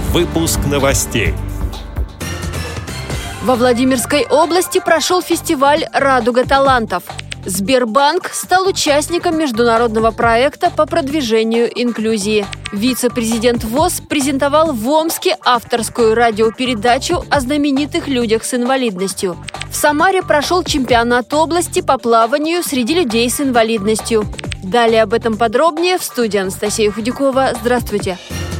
Выпуск новостей. Во Владимирской области прошел фестиваль «Радуга талантов». Сбербанк стал участником международного проекта по продвижению инклюзии. Вице-президент ВОС презентовал в Омске авторскую радиопередачу о знаменитых людях с инвалидностью. В Самаре прошел чемпионат области по плаванию среди людей с инвалидностью. Далее об этом подробнее в студии Анастасия Худякова. Здравствуйте!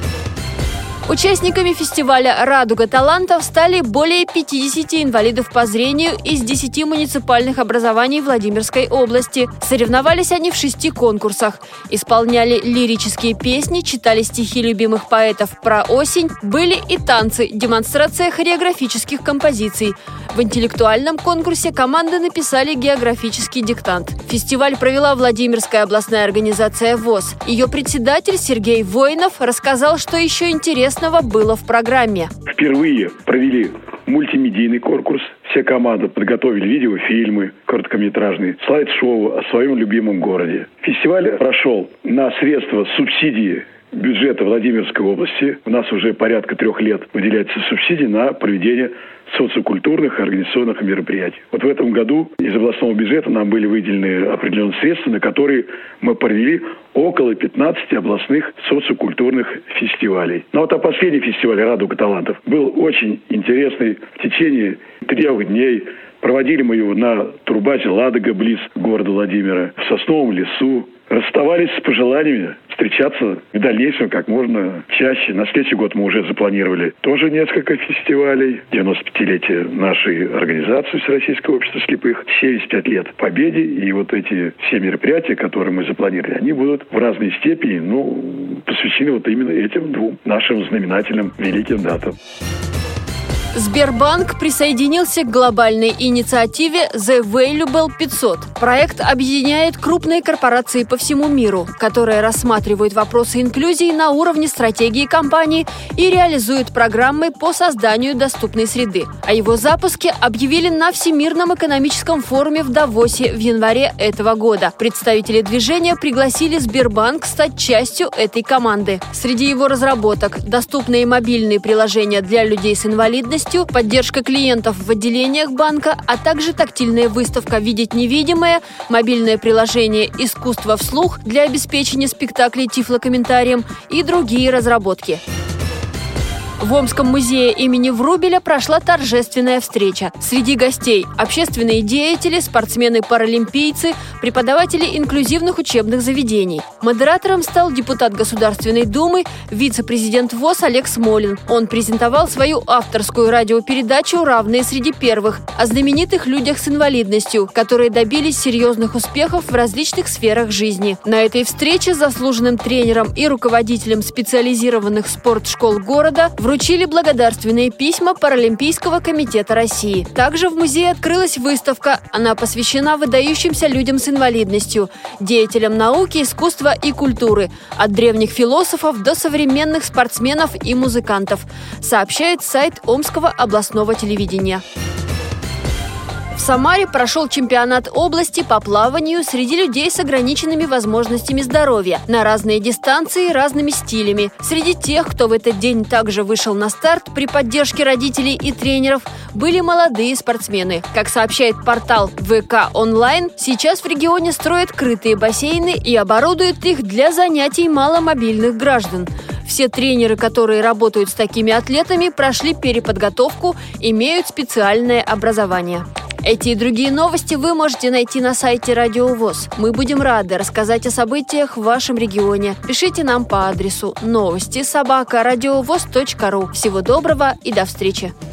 Участниками фестиваля «Радуга талантов» стали более 50 инвалидов по зрению из 10 муниципальных образований Владимирской области. Соревновались они в 6 конкурсах. Исполняли лирические песни, читали стихи любимых поэтов про осень, были и танцы, демонстрация хореографических композиций. В интеллектуальном конкурсе команды написали географический диктант. Фестиваль провела Владимирская областная организация ВОС. Ее председатель Сергей Воинов рассказал, что еще интересного было в программе. Впервые провели мультимедийный конкурс. Все команды подготовили видеофильмы, короткометражные, слайд-шоу о своем любимом городе. Фестиваль прошел на средства субсидии бюджета Владимирской области. У нас уже порядка 3 лет выделяется субсидии на проведение социокультурных и организационных мероприятий. Вот в этом году из областного бюджета нам были выделены определенные средства, на которые мы провели около 15 областных социокультурных фестивалей. Но вот последний фестиваль «Радуга талантов» был очень интересный. В течение 3 дней проводили мы его на турбазе «Ладога» близ города Владимира, в Сосновом лесу. Расставались с пожеланиями встречаться в дальнейшем как можно чаще. На следующий год мы уже запланировали тоже несколько фестивалей. 95-летие нашей организации Всероссийского общества слепых, 75 лет Победе. И вот эти все мероприятия, которые мы запланировали, они будут в разной степени, посвящены вот именно этим 2 нашим знаменательным великим датам. Сбербанк присоединился к глобальной инициативе The Valuable 500. Проект объединяет крупные корпорации по всему миру, которые рассматривают вопросы инклюзии на уровне стратегии компании и реализуют программы по созданию доступной среды. О его запуске объявили на Всемирном экономическом форуме в Давосе в январе этого года. Представители движения пригласили Сбербанк стать частью этой команды. Среди его разработок – доступные мобильные приложения для людей с инвалидностью, поддержка клиентов в отделениях банка, а также тактильная выставка «Видеть невидимое», мобильное приложение «Искусство вслух» для обеспечения спектаклей тифлокомментарием и другие разработки. В Омском музее имени Врубеля прошла торжественная встреча. Среди гостей – общественные деятели, спортсмены-паралимпийцы, преподаватели инклюзивных учебных заведений. Модератором стал депутат Государственной Думы, вице-президент ВОС Олег Смолин. Он презентовал свою авторскую радиопередачу «Равные среди первых» о знаменитых людях с инвалидностью, которые добились серьезных успехов в различных сферах жизни. На этой встрече заслуженным тренерам и руководителям специализированных спортшкол города вручили благодарственные письма Паралимпийского комитета России. Также в музее открылась выставка. Она посвящена выдающимся людям с инвалидностью, деятелям науки, искусства и культуры, от древних философов до современных спортсменов и музыкантов, сообщает сайт Омского областного телевидения. В Самаре прошел чемпионат области по плаванию среди людей с ограниченными возможностями здоровья на разные дистанции, разными стилями. Среди тех, кто в этот день также вышел на старт при поддержке родителей и тренеров, были молодые спортсмены. Как сообщает портал ВК Онлайн, сейчас в регионе строят крытые бассейны и оборудуют их для занятий маломобильных граждан. Все тренеры, которые работают с такими атлетами, прошли переподготовку, имеют специальное образование. Эти и другие новости вы можете найти на сайте Радио ВОС. Мы будем рады рассказать о событиях в вашем регионе. Пишите нам по адресу новости@радиовос.ру. Всего доброго и до встречи!